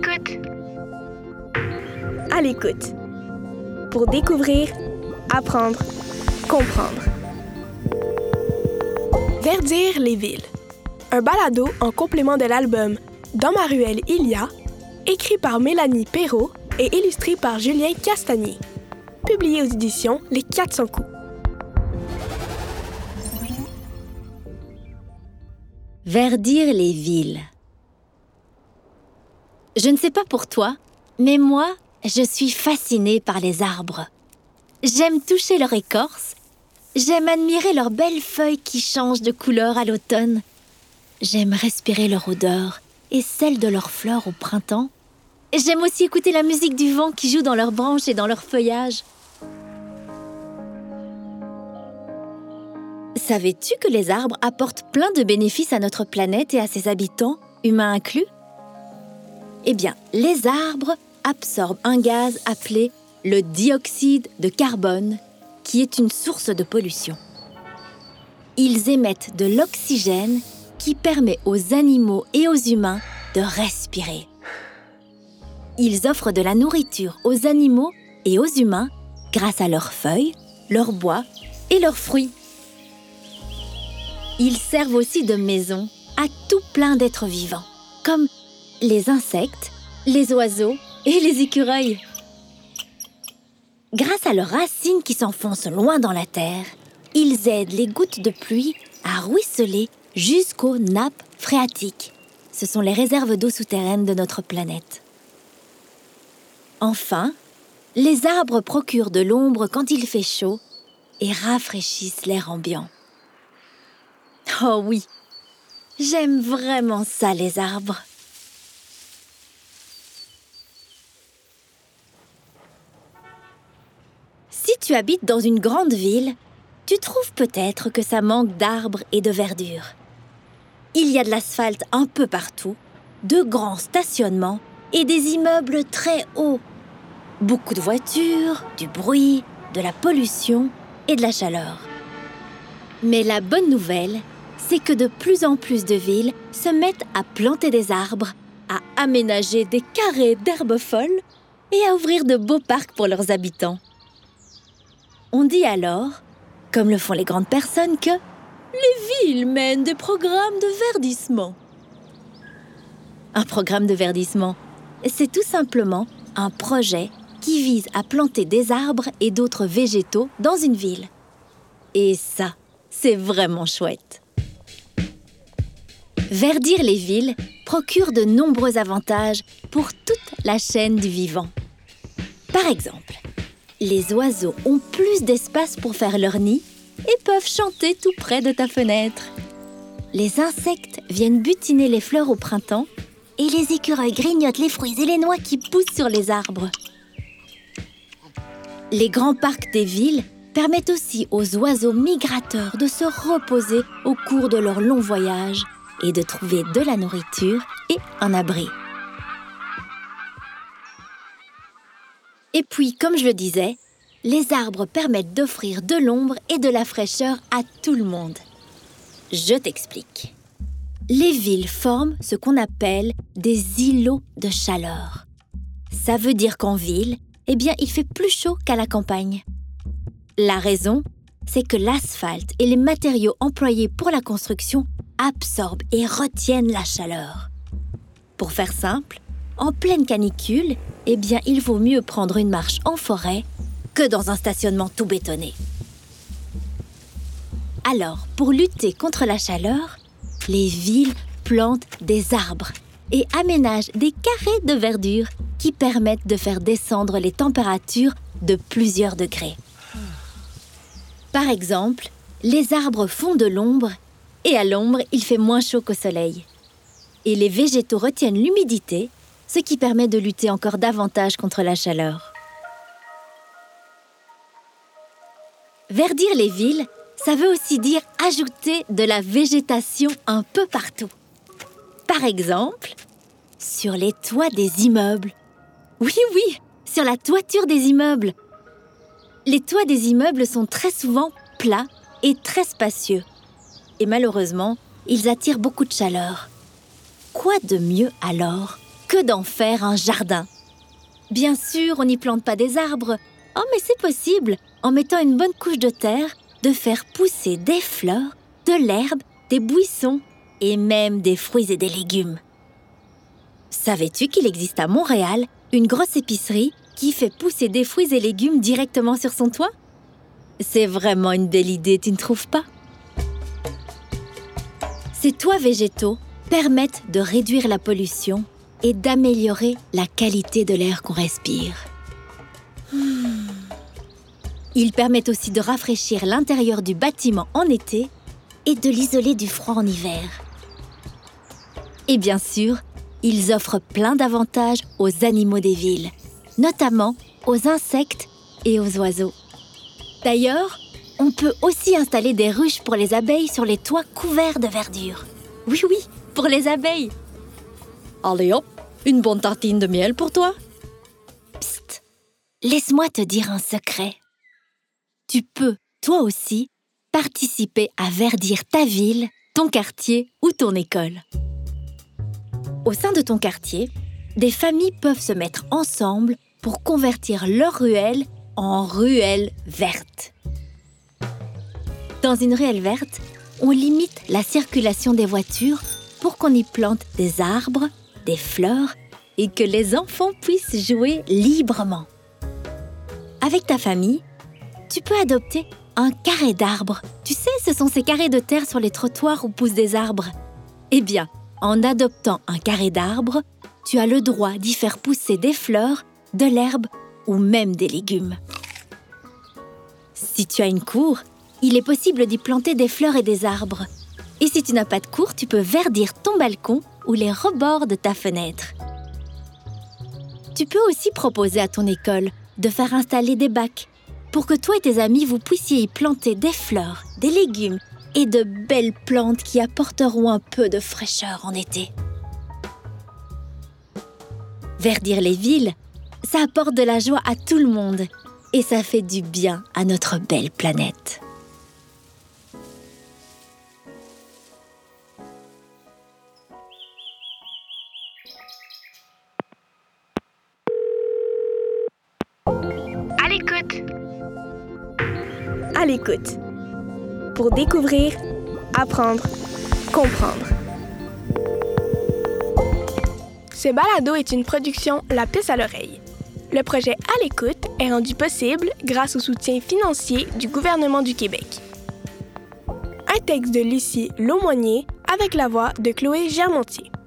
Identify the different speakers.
Speaker 1: l'écoute.
Speaker 2: À l'écoute. Pour découvrir, apprendre, comprendre. Verdir les villes. Un balado en complément de l'album Dans ma ruelle il y a, écrit par Mélanie Perrault et illustré par Julien Castagnier. Publié aux éditions Les 400 coups.
Speaker 3: Verdir les villes. Je ne sais pas pour toi, mais moi, je suis fascinée par les arbres. J'aime toucher leur écorce, j'aime admirer leurs belles feuilles qui changent de couleur à l'automne. J'aime respirer leur odeur et celle de leurs fleurs au printemps. J'aime aussi écouter la musique du vent qui joue dans leurs branches et dans leur feuillage. Savais-tu que les arbres apportent plein de bénéfices à notre planète et à ses habitants, humains inclus? Eh bien, les arbres absorbent un gaz appelé le dioxyde de carbone, qui est une source de pollution. Ils émettent de l'oxygène qui permet aux animaux et aux humains de respirer. Ils offrent de la nourriture aux animaux et aux humains grâce à leurs feuilles, leurs bois et leurs fruits. Ils servent aussi de maison à tout plein d'êtres vivants, comme les insectes, les oiseaux et les écureuils. Grâce à leurs racines qui s'enfoncent loin dans la terre, ils aident les gouttes de pluie à ruisseler jusqu'aux nappes phréatiques. Ce sont les réserves d'eau souterraines de notre planète. Enfin, les arbres procurent de l'ombre quand il fait chaud et rafraîchissent l'air ambiant. Oh oui, j'aime vraiment ça, les arbres. Si tu habites dans une grande ville, tu trouves peut-être que ça manque d'arbres et de verdure. Il y a de l'asphalte un peu partout, de grands stationnements et des immeubles très hauts. Beaucoup de voitures, du bruit, de la pollution et de la chaleur. Mais la bonne nouvelle, c'est que de plus en plus de villes se mettent à planter des arbres, à aménager des carrés d'herbes folles et à ouvrir de beaux parcs pour leurs habitants. On dit alors, comme le font les grandes personnes, que les villes mènent des programmes de verdissement. Un programme de verdissement, c'est tout simplement un projet qui vise à planter des arbres et d'autres végétaux dans une ville. Et ça, c'est vraiment chouette. Verdir les villes procure de nombreux avantages pour toute la chaîne du vivant. Par exemple, les oiseaux ont plus d'espace pour faire leur nid et peuvent chanter tout près de ta fenêtre. Les insectes viennent butiner les fleurs au printemps et les écureuils grignotent les fruits et les noix qui poussent sur les arbres. Les grands parcs des villes permettent aussi aux oiseaux migrateurs de se reposer au cours de leur long voyage et de trouver de la nourriture et un abri. Et puis, comme je le disais, les arbres permettent d'offrir de l'ombre et de la fraîcheur à tout le monde. Je t'explique. Les villes forment ce qu'on appelle des îlots de chaleur. Ça veut dire qu'en ville, il fait plus chaud qu'à la campagne. La raison, c'est que l'asphalte et les matériaux employés pour la construction absorbent et retiennent la chaleur. Pour faire simple, en pleine canicule, il vaut mieux prendre une marche en forêt que dans un stationnement tout bétonné. Alors, pour lutter contre la chaleur, les villes plantent des arbres et aménagent des carrés de verdure qui permettent de faire descendre les températures de plusieurs degrés. Par exemple, les arbres font de l'ombre et à l'ombre, il fait moins chaud qu'au soleil. Et les végétaux retiennent l'humidité, ce qui permet de lutter encore davantage contre la chaleur. Verdir les villes, ça veut aussi dire ajouter de la végétation un peu partout. Par exemple, sur les toits des immeubles. Oui, sur la toiture des immeubles. Les toits des immeubles sont très souvent plats et très spacieux. Et malheureusement, ils attirent beaucoup de chaleur. Quoi de mieux alors que d'en faire un jardin. Bien sûr, on n'y plante pas des arbres. Oh, mais c'est possible, en mettant une bonne couche de terre, de faire pousser des fleurs, de l'herbe, des buissons et même des fruits et des légumes. Savais-tu qu'il existe à Montréal une grosse épicerie qui fait pousser des fruits et légumes directement sur son toit? C'est vraiment une belle idée, tu ne trouves pas? Ces toits végétaux permettent de réduire la pollution et d'améliorer la qualité de l'air qu'on respire. Ils permettent aussi de rafraîchir l'intérieur du bâtiment en été et de l'isoler du froid en hiver. Et bien sûr, ils offrent plein d'avantages aux animaux des villes, notamment aux insectes et aux oiseaux. D'ailleurs, on peut aussi installer des ruches pour les abeilles sur les toits couverts de verdure. Oui, pour les abeilles. Allez hop, une bonne tartine de miel pour toi. Psst, laisse-moi te dire un secret. Tu peux, toi aussi, participer à verdir ta ville, ton quartier ou ton école. Au sein de ton quartier, des familles peuvent se mettre ensemble pour convertir leurs ruelles en ruelles vertes. Dans une ruelle verte, on limite la circulation des voitures pour qu'on y plante des arbres, des fleurs et que les enfants puissent jouer librement. Avec ta famille, tu peux adopter un carré d'arbres. Tu sais, ce sont ces carrés de terre sur les trottoirs où poussent des arbres. Eh bien, en adoptant un carré d'arbres, tu as le droit d'y faire pousser des fleurs, de l'herbe ou même des légumes. Si tu as une cour, il est possible d'y planter des fleurs et des arbres. Et si tu n'as pas de cour, tu peux verdir ton balcon ou les rebords de ta fenêtre. Tu peux aussi proposer à ton école de faire installer des bacs pour que toi et tes amis vous puissiez y planter des fleurs, des légumes et de belles plantes qui apporteront un peu de fraîcheur en été. Verdir les villes, ça apporte de la joie à tout le monde et ça fait du bien à notre belle planète.
Speaker 2: À l'écoute. Pour découvrir, apprendre, comprendre. Ce balado est une production La Puce à l'oreille. Le projet À l'écoute est rendu possible grâce au soutien financier du gouvernement du Québec. Un texte de Lucie Laumonier avec la voix de Chloé Germontier.